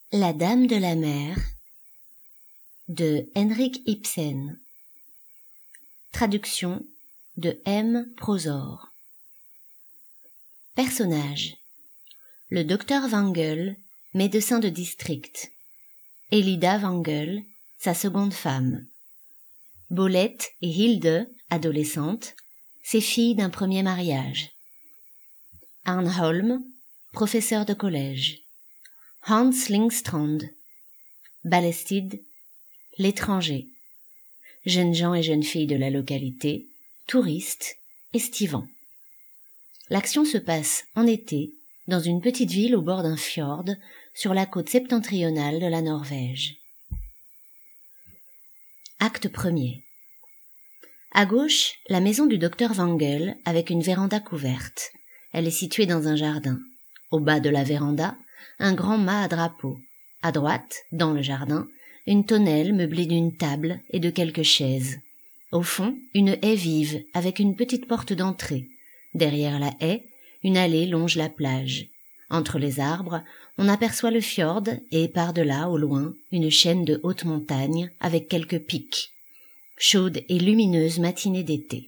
La Dame de la Mer de Henrik Ibsen. Traduction de M. Prosor. Personnages: le docteur Wangel, médecin de district. Elida Wangel, sa seconde femme. Bolette et Hilde, adolescentes, ses filles d'un premier mariage. Arnholm, professeur de collège. Hans Lyngstrand, Ballestid, l'étranger. Jeunes gens et jeunes filles de la localité, touristes, estivants. L'action se passe en été, dans une petite ville au bord d'un fjord, sur la côte septentrionale de la Norvège. Acte 1er. À gauche, la maison du docteur Wangel avec une véranda couverte. Elle est située dans un jardin. Au bas de la véranda, un grand mât à drapeau. À droite, dans le jardin, une tonnelle meublée d'une table et de quelques chaises. Au fond, une haie vive avec une petite porte d'entrée. Derrière la haie, une allée longe la plage. Entre les arbres, on aperçoit le fjord et par-delà, au loin, une chaîne de hautes montagnes avec quelques pics. Chaude et lumineuse matinée d'été.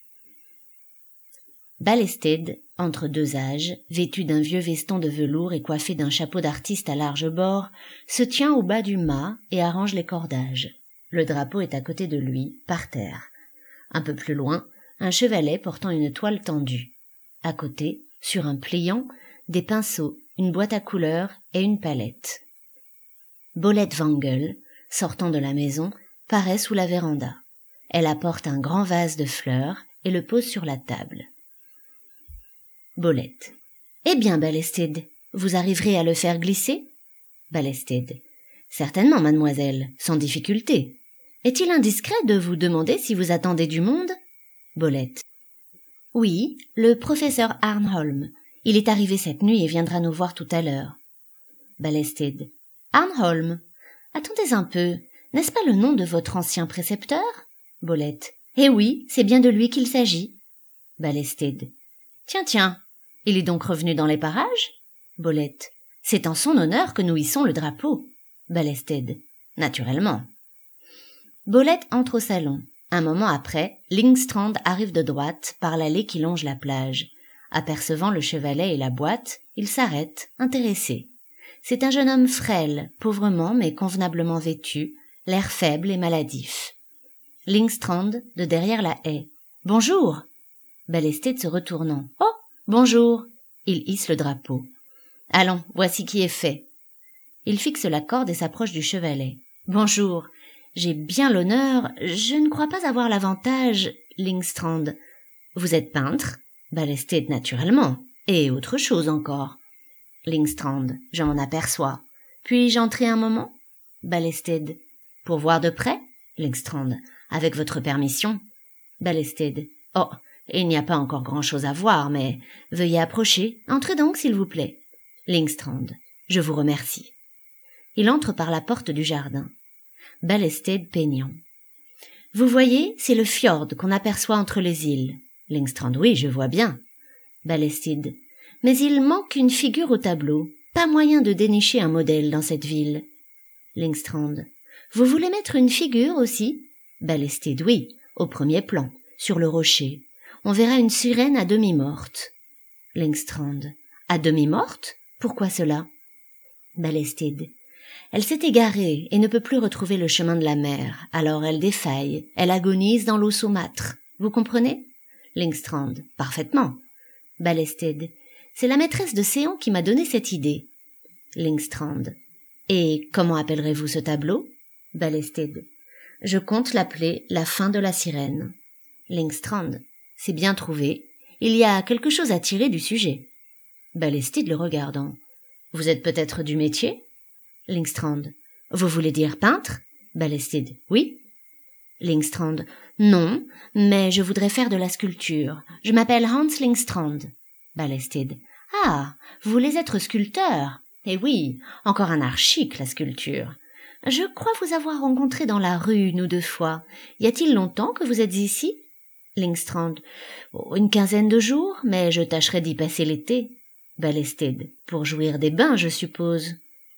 Ballestid, entre deux âges, vêtu d'un vieux veston de velours et coiffé d'un chapeau d'artiste à large bord, se tient au bas du mât et arrange les cordages. Le drapeau est à côté de lui, par terre. Un peu plus loin, un chevalet portant une toile tendue. À côté, sur un pliant, des pinceaux, une boîte à couleurs et une palette. Bolette Wangel, sortant de la maison, paraît sous la véranda. Elle apporte un grand vase de fleurs et le pose sur la table. Bolette. « Eh bien, Ballestid, vous arriverez à le faire glisser ?» Ballestid. « Certainement, mademoiselle, sans difficulté. Est-il indiscret de vous demander si vous attendez du monde ?» Bolette. « Oui, le professeur Arnholm. Il est arrivé cette nuit et viendra nous voir tout à l'heure. » Ballestid. « Arnholm. Attendez un peu. N'est-ce pas le nom de votre ancien précepteur ?» Bolette. « Eh oui, c'est bien de lui qu'il s'agit. » Ballestid. « Tiens, il est donc revenu dans les parages ?» Bolette. « C'est en son honneur que nous hissons le drapeau. » Ballestid. « Naturellement. » Bolette entre au salon. Un moment après, Lyngstrand arrive de droite par l'allée qui longe la plage. Apercevant le chevalet et la boîte, il s'arrête, intéressé. C'est un jeune homme frêle, pauvrement mais convenablement vêtu, l'air faible et maladif. Lyngstrand, de derrière la haie. « Bonjour !» Ballestid se retournant. « Oh, bonjour !» Il hisse le drapeau. « Allons, voici qui est fait. » Il fixe la corde et s'approche du chevalet. « Bonjour, j'ai bien l'honneur, je ne crois pas avoir l'avantage, Lyngstrand. Vous êtes peintre ?» Ballestid, naturellement. Et autre chose encore. Lyngstrand, je m'en aperçois. Puis-je entrer un moment? Ballestid, pour voir de près? Lyngstrand, avec votre permission. Ballestid, oh, il n'y a pas encore grand-chose à voir, mais veuillez approcher. Entrez donc, s'il vous plaît. Lyngstrand, je vous remercie. Il entre par la porte du jardin. Ballestid peignant. Vous voyez, c'est le fjord qu'on aperçoit entre les îles. Lyngstrand, oui, je vois bien. Ballestid, mais il manque une figure au tableau. Pas moyen de dénicher un modèle dans cette ville. Lyngstrand, vous voulez mettre une figure aussi? Ballestid, oui, au premier plan, sur le rocher. On verra une sirène à demi morte. Lyngstrand, à demi morte? Pourquoi cela? Ballestid, elle s'est égarée et ne peut plus retrouver le chemin de la mer, alors elle défaille, elle agonise dans l'eau saumâtre. Vous comprenez? Lyngstrand, parfaitement. Ballestid, c'est la maîtresse de séance qui m'a donné cette idée. Lyngstrand, et comment appellerez-vous ce tableau? Ballestid, je compte l'appeler La fin de la sirène. Lyngstrand, c'est bien trouvé. Il y a quelque chose à tirer du sujet. Ballestid le regardant. Vous êtes peut-être du métier? Lyngstrand, vous voulez dire peintre? Ballestid, oui. Lyngstrand, non, mais je voudrais faire de la sculpture. Je m'appelle Hans Lyngstrand. Ballestid, ah, vous voulez être sculpteur? Eh oui, encore un art chic, la sculpture. Je crois vous avoir rencontré dans la rue une ou deux fois. Y a-t-il longtemps que vous êtes ici? Lyngstrand, oh, une quinzaine de jours, mais je tâcherai d'y passer l'été. Ballestid, pour jouir des bains, je suppose.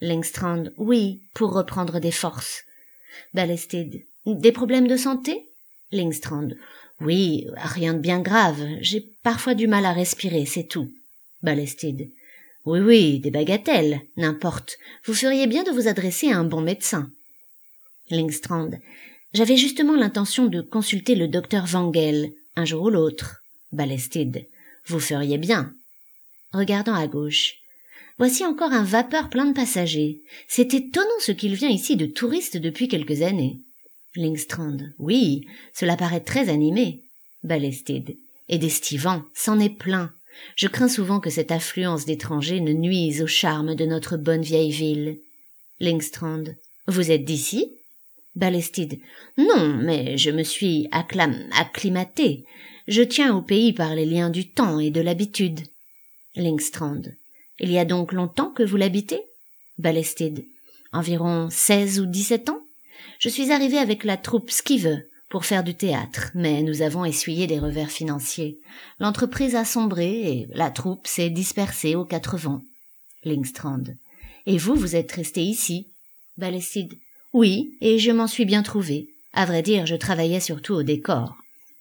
Lyngstrand. Oui, pour reprendre des forces. Ballested. Des problèmes de santé? Lyngstrand. Oui, rien de bien grave. J'ai parfois du mal à respirer, c'est tout. Ballested. Oui, des bagatelles, n'importe. Vous feriez bien de vous adresser à un bon médecin. Lyngstrand. J'avais justement l'intention de consulter le docteur Wangel, un jour ou l'autre. Ballested. Vous feriez bien. Regardant à gauche. Voici encore un vapeur plein de passagers. C'est étonnant ce qu'il vient ici de touristes depuis quelques années. Lyngstrand. Oui, cela paraît très animé. Ballested. Et d'estivants, c'en est plein. Je crains souvent que cette affluence d'étrangers ne nuise au charme de notre bonne vieille ville. Lyngstrand. Vous êtes d'ici? Ballested. Non, mais je me suis acclimaté. Je tiens au pays par les liens du temps et de l'habitude. Lyngstrand. Il y a donc longtemps que vous l'habitez? Ballested. Environ 16 ou 17 ans. Je suis arrivé avec la troupe Skive pour faire du théâtre, mais nous avons essuyé des revers financiers. L'entreprise a sombré et la troupe s'est dispersée aux 4 vents. Lyngstrand. Et vous êtes resté ici? Ballested. Oui, et je m'en suis bien trouvé. À vrai dire, je travaillais surtout au décor.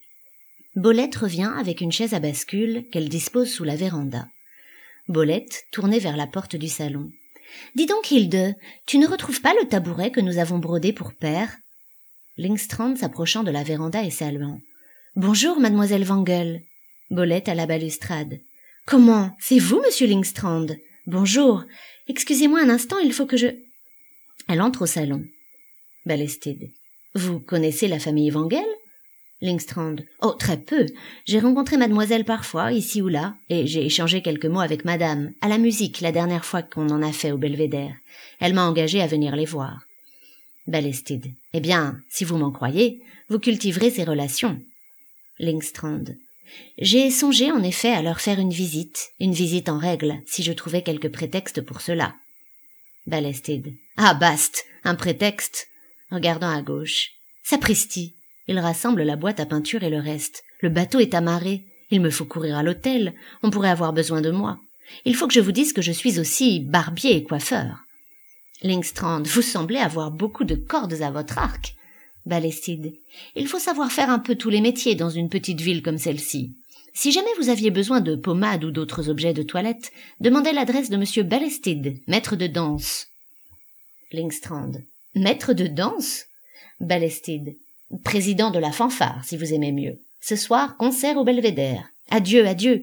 Bolette revient avec une chaise à bascule qu'elle dispose sous la véranda. Bolette, tournée vers la porte du salon. Dis donc, Hilde, tu ne retrouves pas le tabouret que nous avons brodé pour père? Lyngstrand s'approchant de la véranda et saluant. Bonjour, mademoiselle Wangel. Bolette à la balustrade. Comment? C'est vous, monsieur Lyngstrand? Bonjour. Excusez-moi un instant, il faut que je... Elle entre au salon. Ballested. Vous connaissez la famille Wangel? Lyngstrand. Oh, très peu. J'ai rencontré mademoiselle parfois, ici ou là, et j'ai échangé quelques mots avec madame, à la musique, la dernière fois qu'on en a fait au Belvédère. Elle m'a engagé à venir les voir. Ballested. Eh bien, si vous m'en croyez, vous cultiverez ces relations. Lyngstrand. J'ai songé en effet à leur faire une visite en règle, si je trouvais quelque prétexte pour cela. Ballested. Ah, bast, un prétexte. Regardant à gauche. Sapristi. Il rassemble la boîte à peinture et le reste. Le bateau est amarré. Il me faut courir à l'hôtel. On pourrait avoir besoin de moi. Il faut que je vous dise que je suis aussi barbier et coiffeur. Lyngstrand, vous semblez avoir beaucoup de cordes à votre arc. Ballested. Il faut savoir faire un peu tous les métiers dans une petite ville comme celle-ci. Si jamais vous aviez besoin de pommade ou d'autres objets de toilette, demandez l'adresse de monsieur Ballested, maître de danse. Lyngstrand. Maître de danse? Ballested. Président de la fanfare, si vous aimez mieux. Ce soir, concert au Belvédère. Adieu, adieu.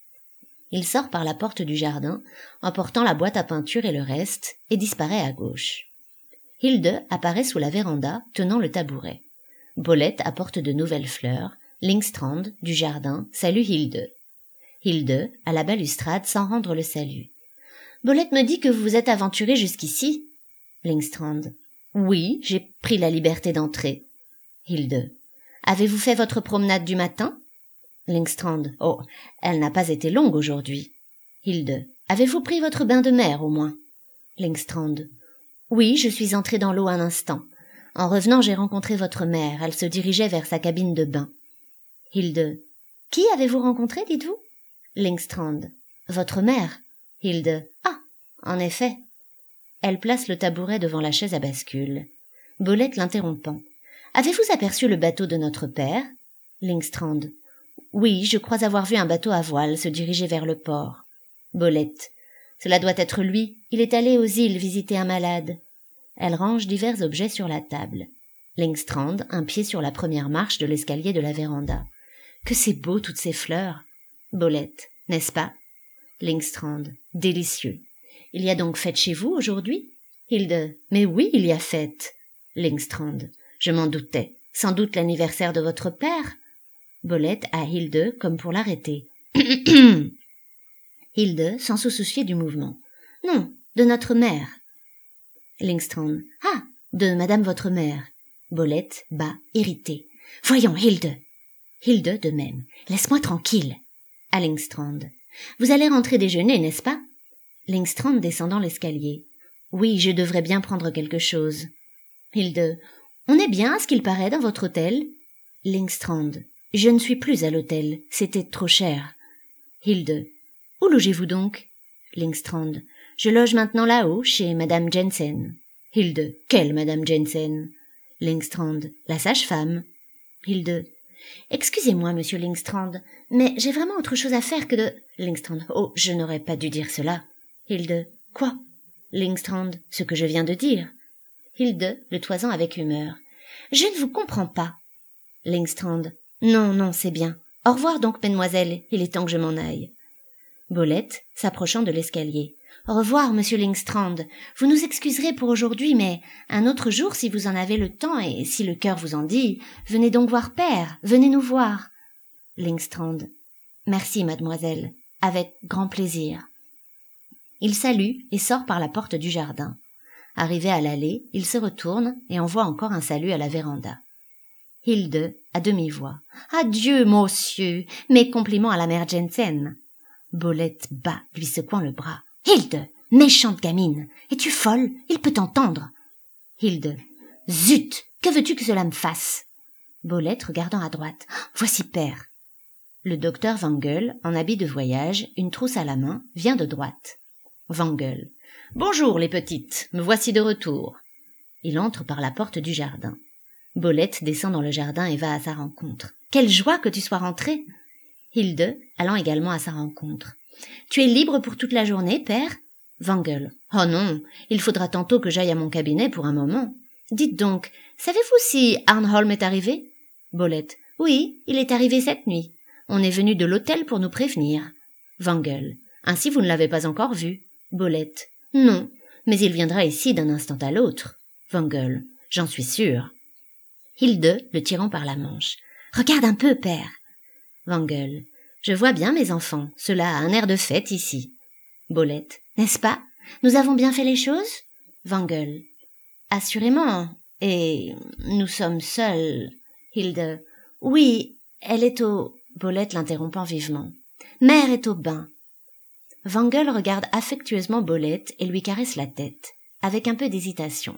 Il sort par la porte du jardin, emportant la boîte à peinture et le reste, et disparaît à gauche. Hilde apparaît sous la véranda, tenant le tabouret. Bolette apporte de nouvelles fleurs. Lyngstrand, du jardin, salue Hilde. Hilde, à la balustrade, sans rendre le salut. Bolette me dit que vous vous êtes aventuré jusqu'ici. Lyngstrand. Oui, j'ai pris la liberté d'entrer. Hilde. Avez-vous fait votre promenade du matin? Lyngstrand. Oh, elle n'a pas été longue aujourd'hui. Hilde. Avez-vous pris votre bain de mer au moins? Lyngstrand. Oui, je suis entrée dans l'eau un instant. En revenant, j'ai rencontré votre mère. Elle se dirigeait vers sa cabine de bain. Hilde. Qui avez-vous rencontré, dites-vous? Lyngstrand. Votre mère. Hilde. Ah, en effet. Elle place le tabouret devant la chaise à bascule. Bolette l'interrompant. Avez-vous aperçu le bateau de notre père? Lyngstrand. Oui, je crois avoir vu un bateau à voile se diriger vers le port. Bolette. Cela doit être lui. Il est allé aux îles visiter un malade. Elle range divers objets sur la table. Lyngstrand, un pied sur la première marche de l'escalier de la véranda. Que c'est beau, toutes ces fleurs. Bolette. N'est-ce pas? Lyngstrand. Délicieux. Il y a donc fête chez vous aujourd'hui? Hilde. Mais oui, il y a fête. Lyngstrand. Je m'en doutais. Sans doute l'anniversaire de votre père? Bolette à Hilde comme pour l'arrêter. Hilde, sans se soucier du mouvement. Non, de notre mère. Lyngstrand. Ah, de madame votre mère. Bolette, bas, irritée. Voyons, Hilde. Hilde de même. Laisse-moi tranquille. À Lyngstrand. Vous allez rentrer déjeuner, n'est-ce pas? Lyngstrand descendant l'escalier. Oui, je devrais bien prendre quelque chose. Hilde. On est bien à ce qu'il paraît dans votre hôtel? Lyngstrand. Je ne suis plus à l'hôtel. C'était trop cher. Hilde. Où logez-vous donc? Lyngstrand. Je loge maintenant là-haut, chez Madame Jensen. Hilde. Quelle Madame Jensen? Lyngstrand. La sage-femme. Hilde. Excusez-moi, monsieur Lyngstrand, mais j'ai vraiment autre chose à faire que de... Lyngstrand. Oh, je n'aurais pas dû dire cela. Hilde. Quoi? Lyngstrand. Ce que je viens de dire. Hilde, le toisant avec humeur. Je ne vous comprends pas. Lyngstrand. Non, non, c'est bien. Au revoir donc, mesdemoiselles, il est temps que je m'en aille. Bolette, s'approchant de l'escalier. Au revoir, monsieur Lyngstrand. Vous nous excuserez pour aujourd'hui, mais un autre jour, si vous en avez le temps et si le cœur vous en dit, venez donc voir père, venez nous voir. Lyngstrand. Merci, mademoiselle. Avec grand plaisir. Il salue et sort par la porte du jardin. Arrivé à l'allée, il se retourne et envoie encore un salut à la véranda. Hilde, à demi-voix. Adieu, monsieur, mes compliments à la mère Jensen. Bolette bas, lui secouant le bras. Hilde, méchante gamine, es-tu folle? Il peut t'entendre. Hilde. Zut, que veux-tu que cela me fasse? Bolette regardant à droite. Voici père. Le docteur Wangel, en habit de voyage, une trousse à la main, vient de droite. Wangel. Bonjour les petites, me voici de retour. Il entre par la porte du jardin. Bolette descend dans le jardin et va à sa rencontre. Quelle joie que tu sois rentrée! Hilde, allant également à sa rencontre. Tu es libre pour toute la journée, père? Wangel. Oh non, il faudra tantôt que j'aille à mon cabinet pour un moment. Dites donc, savez-vous si Arnholm est arrivé? Bolette. Oui, il est arrivé cette nuit. On est venu de l'hôtel pour nous prévenir. Wangel. Ainsi vous ne l'avez pas encore vu. Bolette. Non, mais il viendra ici d'un instant à l'autre. Wangel. J'en suis sûre. Hilde, le tirant par la manche. Regarde un peu, père. Wangel. Je vois bien, mes enfants, cela a un air de fête ici. Bolette. N'est-ce pas? Nous avons bien fait les choses? Wangel. Assurément. Et nous sommes seuls. Hilde. Oui, elle est au... Bolette l'interrompant vivement. Mère est au bain. Wangel regarde affectueusement Bolette et lui caresse la tête, avec un peu d'hésitation.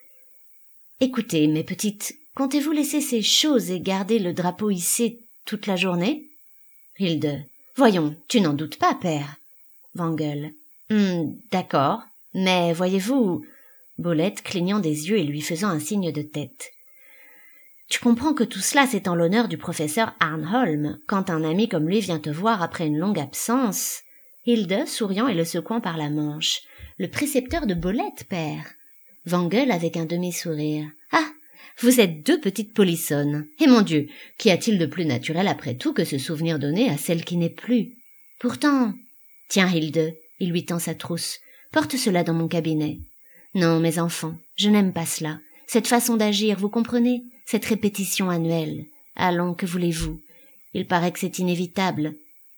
Écoutez, mes petites, comptez-vous laisser ces choses et garder le drapeau hissé toute la journée? Hilde. Voyons, tu n'en doutes pas, père. Wangel. D'accord, mais voyez-vous... Bolette clignant des yeux et lui faisant un signe de tête. Tu comprends que tout cela c'est en l'honneur du professeur Arnholm, quand un ami comme lui vient te voir après une longue absence. Hilde, souriant et le secouant par la manche. Le précepteur de Bolette, père. Wangel avec un demi-sourire. Ah, vous êtes deux petites polissonnes. Et mon Dieu, qu'y a-t-il de plus naturel après tout que ce souvenir donné à celle qui n'est plus? Pourtant... Tiens, Hilde, il lui tend sa trousse. Porte cela dans mon cabinet. Non, mes enfants, je n'aime pas cela. Cette façon d'agir, vous comprenez? Cette répétition annuelle. Allons, que voulez-vous? Il paraît que c'est inévitable.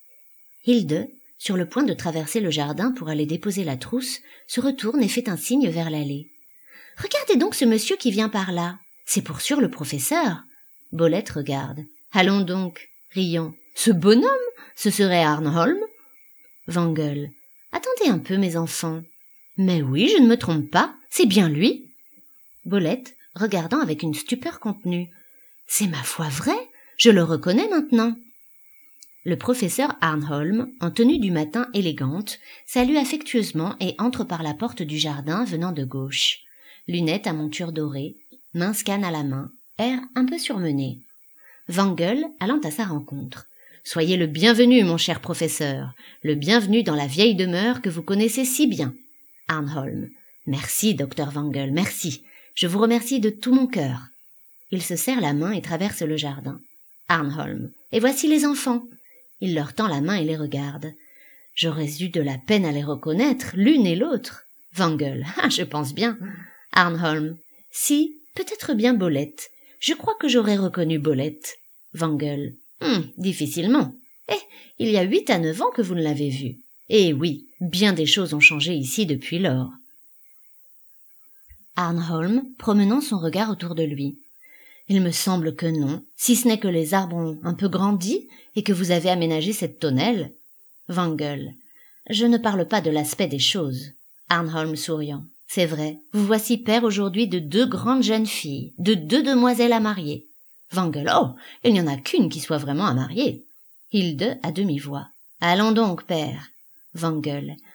Hilde, sur le point de traverser le jardin pour aller déposer la trousse, se retourne et fait un signe vers l'allée. Regardez donc ce monsieur qui vient par là. C'est pour sûr le professeur. Bolette regarde. Allons donc, riant. Ce bonhomme, ce serait Arnholm? Wangel. Attendez un peu, mes enfants. Mais oui, je ne me trompe pas, c'est bien lui. Bolette, regardant avec une stupeur contenue. C'est ma foi vrai, je le reconnais maintenant. Le professeur Arnholm, en tenue du matin élégante, salue affectueusement et entre par la porte du jardin venant de gauche. Lunettes à monture dorée, mince canne à la main, air un peu surmené. Wangel allant à sa rencontre. Soyez le bienvenu, mon cher professeur, le bienvenu dans la vieille demeure que vous connaissez si bien. Arnholm. Merci, docteur Wangel, merci. Je vous remercie de tout mon cœur. Il se serre la main et traverse le jardin. Arnholm. Et voici les enfants. Il leur tend la main et les regarde. J'aurais eu de la peine à les reconnaître, l'une et l'autre. Wangel. Ah, je pense bien. Arnholm. Si, peut-être bien Bolette. Je crois que j'aurais reconnu Bolette. Wangel. Difficilement. Il y a 8 à 9 ans que vous ne l'avez vue. Eh oui, bien des choses ont changé ici depuis lors. Arnholm, promenant son regard autour de lui. Il me semble que non, si ce n'est que les arbres ont un peu grandi et que vous avez aménagé cette tonnelle. Wangel. Je ne parle pas de l'aspect des choses. Arnholm souriant. C'est vrai, vous voici père aujourd'hui de 2 grandes jeunes filles, de 2 demoiselles à marier. Wangel. Oh, il n'y en a qu'une qui soit vraiment à marier. Hilde à demi-voix. Allons donc, père. Wangel.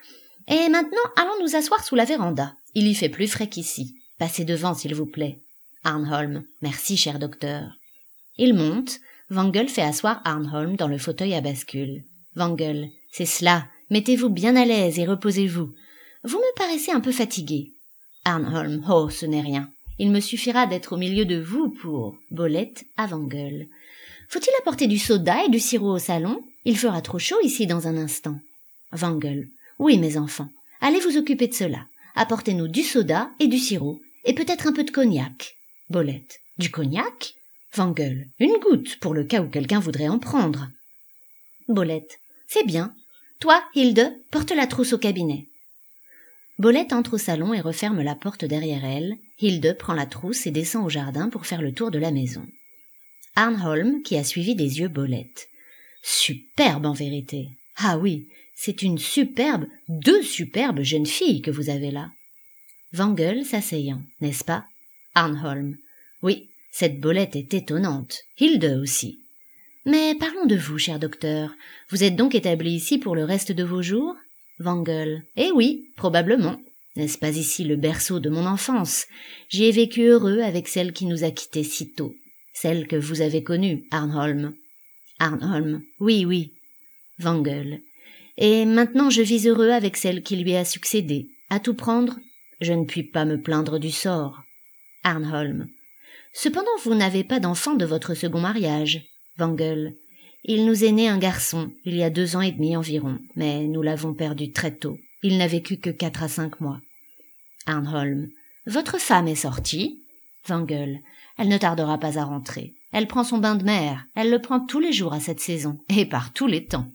Et maintenant, allons nous asseoir sous la véranda. Il y fait plus frais qu'ici. Passez devant, s'il vous plaît. Arnholm, merci, cher docteur. Il monte. Wangel fait asseoir Arnholm dans le fauteuil à bascule. Wangel, c'est cela. Mettez-vous bien à l'aise et reposez-vous. Vous me paraissez un peu fatigué. Arnholm, oh, ce n'est rien. Il me suffira d'être au milieu de vous pour... Bolette à Wangel. Faut-il apporter du soda et du sirop au salon? Il fera trop chaud ici dans un instant. Wangel. Oui, mes enfants. Allez vous occuper de cela. Apportez-nous du soda et du sirop, et peut-être un peu de cognac. Bolette. Du cognac? Wangel. Une goutte, pour le cas où quelqu'un voudrait en prendre. Bolette. C'est bien. Toi, Hilde, porte la trousse au cabinet. Bolette entre au salon et referme la porte derrière elle. Hilde prend la trousse et descend au jardin pour faire le tour de la maison. Arnholm, qui a suivi des yeux Bolette. Superbe en vérité. Ah oui, c'est une superbe, deux superbes jeunes filles que vous avez là. Wangel s'asseyant, n'est-ce pas? Arnholm. Oui, cette Bolette est étonnante. Hilde aussi. Mais parlons de vous, cher docteur. Vous êtes donc établi ici pour le reste de vos jours? Wangel. Eh oui, probablement. N'est-ce pas ici le berceau de mon enfance? J'y ai vécu heureux avec celle qui nous a quittés si tôt. Celle que vous avez connue, Arnholm. Arnholm. Oui, oui. Wangel. Et maintenant je vis heureux avec celle qui lui a succédé. À tout prendre, je ne puis pas me plaindre du sort. Arnholm. Cependant vous n'avez pas d'enfant de votre second mariage. Wangel. Il nous est né un garçon, il y a 2 ans et demi environ, mais nous l'avons perdu très tôt. Il n'a vécu que 4 à 5 mois. Arnholm. Votre femme est sortie? Wangel. Elle ne tardera pas à rentrer. Elle prend son bain de mer. Elle le prend tous les jours à cette saison, et par tous les temps.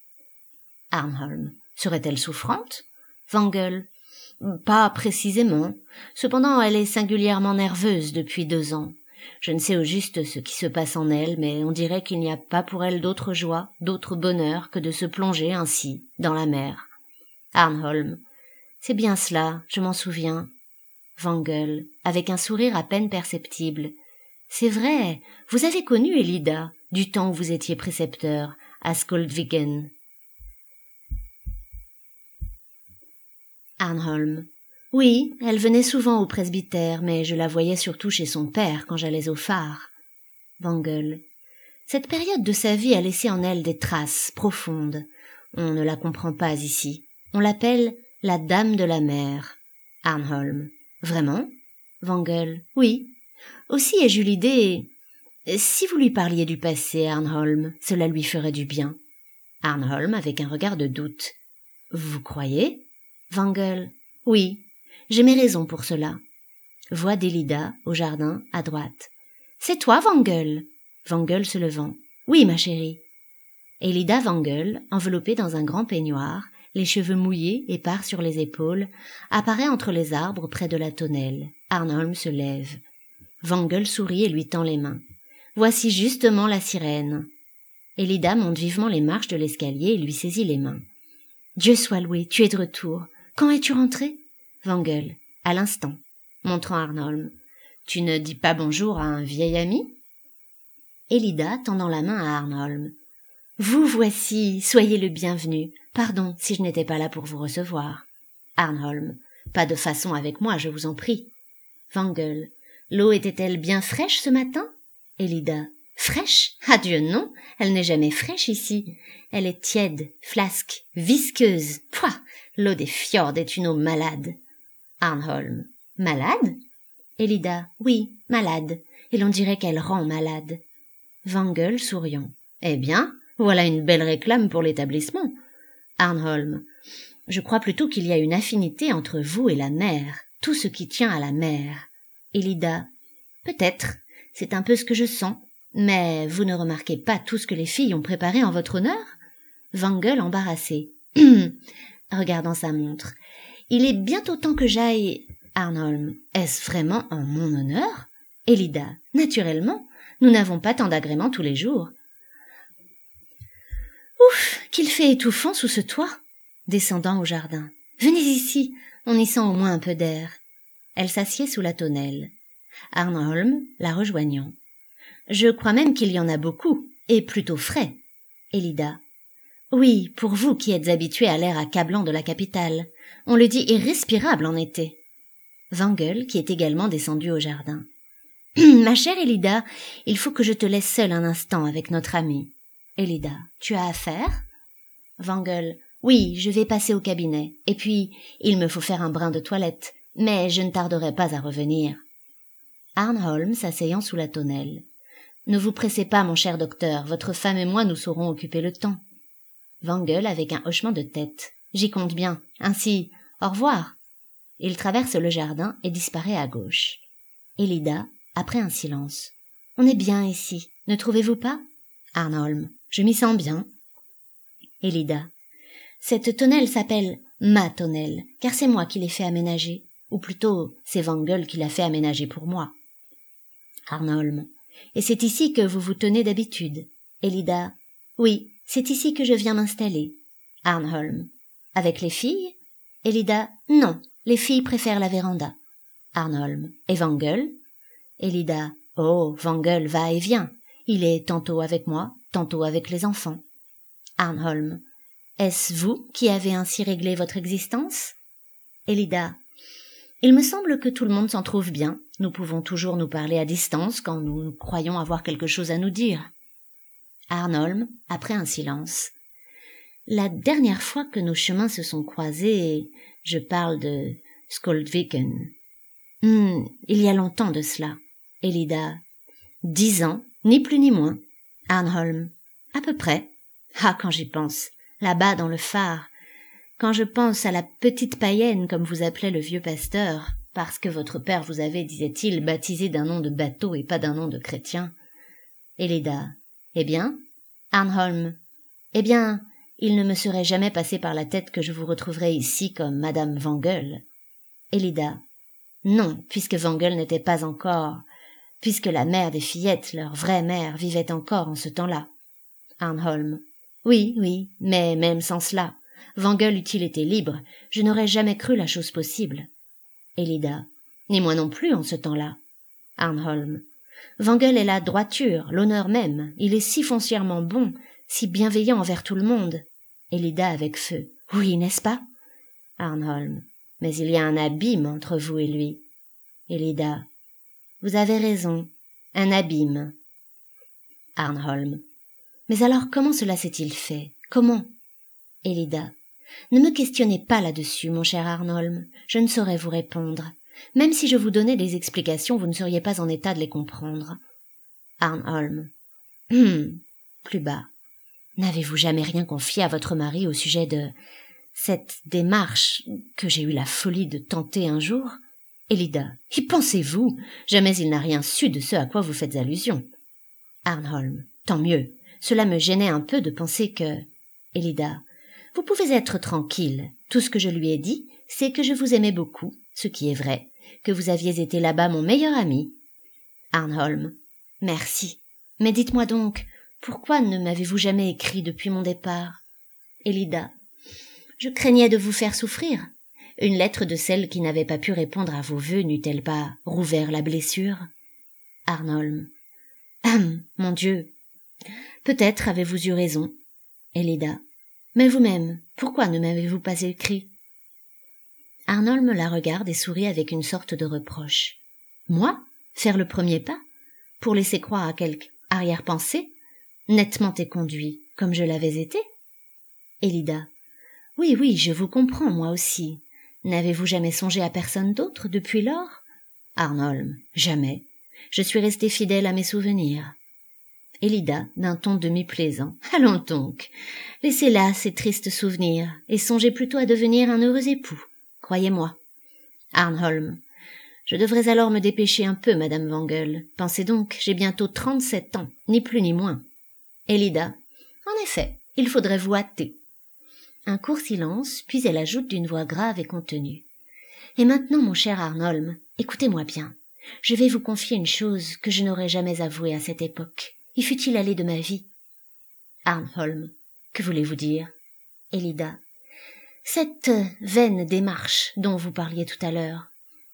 Arnholm. Serait-elle souffrante? Wangel. Pas précisément. Cependant, elle est singulièrement nerveuse depuis 2 ans. Je ne sais au juste ce qui se passe en elle, mais on dirait qu'il n'y a pas pour elle d'autre joie, d'autre bonheur que de se plonger ainsi, dans la mer. Arnholm. C'est bien cela, je m'en souviens. Wangel, avec un sourire à peine perceptible. C'est vrai, vous avez connu Elida, du temps où vous étiez précepteur, à Skoldviken. Arnholm. Oui, elle venait souvent au presbytère, mais je la voyais surtout chez son père quand j'allais au phare. Wangel. Cette période de sa vie a laissé en elle des traces profondes. On ne la comprend pas ici. On l'appelle la dame de la mer. Arnholm. Vraiment? Wangel. Oui. Aussi ai-je eu l'idée... Si vous lui parliez du passé, Arnholm, cela lui ferait du bien. Arnholm avec un regard de doute. Vous croyez? Wangel. Oui. J'ai mes raisons pour cela. Voix d'Elida, au jardin, à droite. C'est toi, Wangel? Wangel se levant. Oui, ma chérie. Elida Wangel, enveloppée dans un grand peignoir, les cheveux mouillés, épars sur les épaules, apparaît entre les arbres près de la tonnelle. Arnholm se lève. Wangel sourit et lui tend les mains. Voici justement la sirène. Elida monte vivement les marches de l'escalier et lui saisit les mains. Dieu soit loué, tu es de retour. Quand es-tu rentré? Wangel. À l'instant. Montrant Arnholm. Tu ne dis pas bonjour à un vieil ami? Elida tendant la main à Arnholm. Vous voici, soyez le bienvenu. Pardon si je n'étais pas là pour vous recevoir. Arnholm. Pas de façon avec moi, je vous en prie. Wangel. L'eau était-elle bien fraîche ce matin? Elida. Fraîche? Adieu non, elle n'est jamais fraîche ici. Elle est tiède, flasque, visqueuse. Pouah, l'eau des fjords est une eau malade. Arnholm. Malade? Elida. Oui, malade. Et l'on dirait qu'elle rend malade. Wangel souriant. Eh bien, voilà une belle réclame pour l'établissement. Arnholm. Je crois plutôt qu'il y a une affinité entre vous et la mer, tout ce qui tient à la mer. Elida. Peut-être, c'est un peu ce que je sens. Mais vous ne remarquez pas tout ce que les filles ont préparé en votre honneur? Wangel embarrassé. Regardant sa montre. Il est bientôt temps que j'aille... Arnholm. Est-ce vraiment en mon honneur? Elida. Naturellement. Nous n'avons pas tant d'agréments tous les jours. Ouf, qu'il fait étouffant sous ce toit. Descendant au jardin. Venez ici, on y sent au moins un peu d'air. Elle s'assied sous la tonnelle. Arnholm la rejoignant. Je crois même qu'il y en a beaucoup, et plutôt frais. Elida. Oui, pour vous qui êtes habitué à l'air accablant de la capitale. On le dit irrespirable en été. Wangel, qui est également descendu au jardin. Ma chère Elida, il faut que je te laisse seule un instant avec notre amie. Elida, tu as affaire? Wangel, oui, je vais passer au cabinet. Et puis, il me faut faire un brin de toilette, mais je ne tarderai pas à revenir. Arnholm s'asseyant sous la tonnelle. Ne vous pressez pas, mon cher docteur, votre femme et moi nous saurons occuper le temps. Wangel avec un hochement de tête. J'y compte bien. Ainsi, au revoir. Il traverse le jardin et disparaît à gauche. Elida, après un silence. On est bien ici, ne trouvez-vous pas? Arnholm, je m'y sens bien. Elida, cette tonnelle s'appelle ma tonnelle, car c'est moi qui l'ai fait aménager. Ou plutôt, c'est Wangel qui l'a fait aménager pour moi. Arnholm, et c'est ici que vous vous tenez d'habitude. Elida, oui, c'est ici que je viens m'installer. Arnholm, avec les filles? Elida, non, les filles préfèrent la véranda. Arnholm, et Wangel? Elida, oh, Wangel va et vient. Il est tantôt avec moi, tantôt avec les enfants. Arnholm, est-ce vous qui avez ainsi réglé votre existence? Elida, il me semble que tout le monde s'en trouve bien. Nous pouvons toujours nous parler à distance quand nous croyons avoir quelque chose à nous dire. Arnholm, après un silence. La dernière fois que nos chemins se sont croisés, je parle de Skoldviken. Il y a longtemps de cela. Elida, 10 ans, ni plus ni moins. Arnholm, à peu près. Ah, quand j'y pense, là-bas dans le phare, quand je pense à la petite païenne, comme vous appelait le vieux pasteur, parce que votre père vous avait, disait-il, baptisé d'un nom de bateau et pas d'un nom de chrétien. Elida, eh bien? Arnholm, eh bien, il ne me serait jamais passé par la tête que je vous retrouverais ici comme Madame Wangel. Elida, non, puisque Wangel n'était pas encore, puisque la mère des fillettes, leur vraie mère, vivait encore en ce temps-là. Arnholm, oui, oui, mais même sans cela, Wangel eût-il été libre, je n'aurais jamais cru la chose possible. Elida, ni moi non plus en ce temps-là. Arnholm, Wangel est la droiture, l'honneur même, il est si foncièrement bon, si bienveillant envers tout le monde. Elida avec feu, oui, n'est-ce pas? Arnholm, mais il y a un abîme entre vous et lui. Elida, vous avez raison, un abîme. Arnholm, mais alors comment cela s'est-il fait? Comment? Elida, ne me questionnez pas là-dessus, mon cher Arnholm, je ne saurais vous répondre. Même si je vous donnais des explications, vous ne seriez pas en état de les comprendre. Arnholm, plus bas. N'avez-vous jamais rien confié à votre mari au sujet de cette démarche que j'ai eu la folie de tenter un jour? Elida, y pensez-vous? Jamais il n'a rien su de ce à quoi vous faites allusion. Arnholm, tant mieux. Cela me gênait un peu de penser que... Elida, vous pouvez être tranquille. Tout ce que je lui ai dit, c'est que je vous aimais beaucoup, ce qui est vrai, que vous aviez été là-bas mon meilleur ami. Arnholm, merci. Mais dites-moi donc, pourquoi ne m'avez-vous jamais écrit depuis mon départ? Elida, je craignais de vous faire souffrir. Une lettre de celle qui n'avait pas pu répondre à vos vœux n'eût-elle pas rouvert la blessure? Arnholm, mon Dieu, peut-être avez-vous eu raison. Elida, mais vous-même, pourquoi ne m'avez-vous pas écrit? Arnholm la regarde et sourit avec une sorte de reproche. Moi? Faire le premier pas? Pour laisser croire à quelque arrière-pensée? Nettement éconduit, comme je l'avais été? Elida, oui, oui, je vous comprends, moi aussi. N'avez-vous jamais songé à personne d'autre depuis lors? Arnholm, jamais. Je suis resté fidèle à mes souvenirs. Elida, d'un ton demi-plaisant. Allons donc. Laissez là ces tristes souvenirs, et songez plutôt à devenir un heureux époux. Croyez-moi. Arnholm, je devrais alors me dépêcher un peu, Madame Wangel. Pensez donc, j'ai bientôt 37 ans, ni plus ni moins. Elida, en effet, il faudrait vous hâter. Un court silence, puis elle ajoute d'une voix grave et contenue. Et maintenant, mon cher Arnholm, écoutez-moi bien. Je vais vous confier une chose que je n'aurais jamais avouée à cette époque. Y fût-il allé de ma vie? Arnholm, que voulez-vous dire? Elida, cette vaine démarche dont vous parliez tout à l'heure.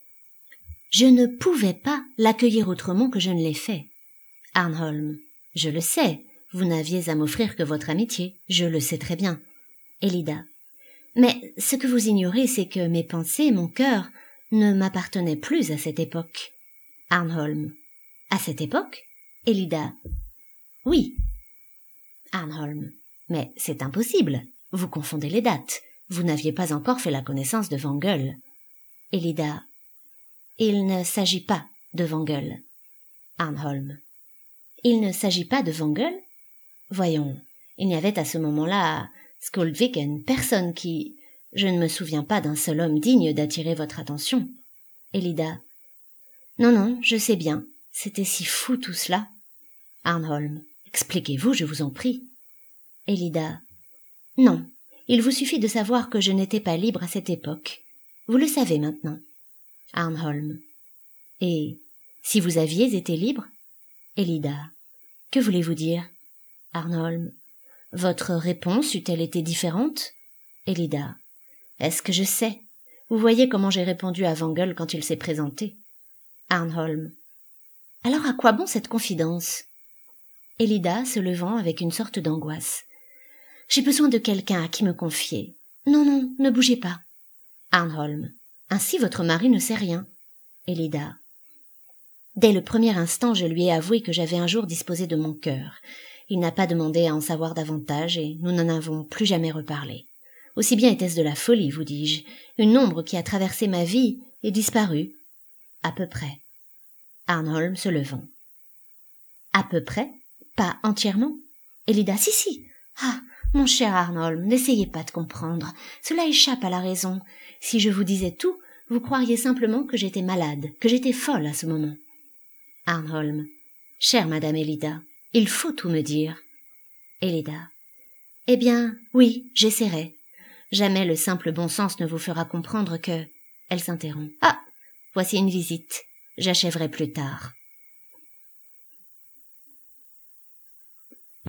Je ne pouvais pas l'accueillir autrement que je ne l'ai fait. Arnholm, je le sais, Vous n'aviez à m'offrir que votre amitié, je le sais très bien. Elida. Mais ce que vous ignorez, c'est que mes pensées, mon cœur, ne m'appartenaient plus à cette époque. Arnholm. À cette époque? Elida. Oui. Arnholm. Mais c'est impossible. Vous confondez les dates. Vous n'aviez pas encore fait la connaissance de Wangel. Elida. Il ne s'agit pas de Wangel. Arnholm. Il ne s'agit pas de Wangel? Voyons, il n'y avait à ce moment-là, à Skoldviken, personne qui... Je ne me souviens pas d'un seul homme digne d'attirer votre attention. Elida. Non, je sais bien. C'était si fou tout cela. Arnholm. Expliquez-vous, je vous en prie. Elida. Non, il vous suffit de savoir que je n'étais pas libre à cette époque. Vous le savez maintenant. Arnholm. Et si vous aviez été libre? Elida. Que voulez-vous dire? Arnholm. Votre réponse eût-elle été différente? Elida. Est-ce que je sais? Vous voyez comment j'ai répondu à Wangel quand il s'est présenté. Arnholm. Alors à quoi bon cette confidence? Elida, se levant avec une sorte d'angoisse. J'ai besoin de quelqu'un à qui me confier. Non, ne bougez pas. Arnholm. Ainsi votre mari ne sait rien. Elida. Dès le premier instant, je lui ai avoué que j'avais un jour disposé de mon cœur. Il n'a pas demandé à en savoir davantage et nous n'en avons plus jamais reparlé. Aussi bien était-ce de la folie, vous dis-je, une ombre qui a traversé ma vie et disparu. À peu près. Arnholm se levant. À peu près? Pas entièrement? Elida. Si. Ah, mon cher Arnholm, n'essayez pas de comprendre. Cela échappe à la raison. Si je vous disais tout, vous croiriez simplement que j'étais malade, que j'étais folle à ce moment. Arnholm. Chère madame Elida, il faut tout me dire. Elida. Eh bien, oui, j'essaierai. Jamais le simple bon sens ne vous fera comprendre que... Elle s'interrompt. Ah, voici une visite. J'achèverai plus tard.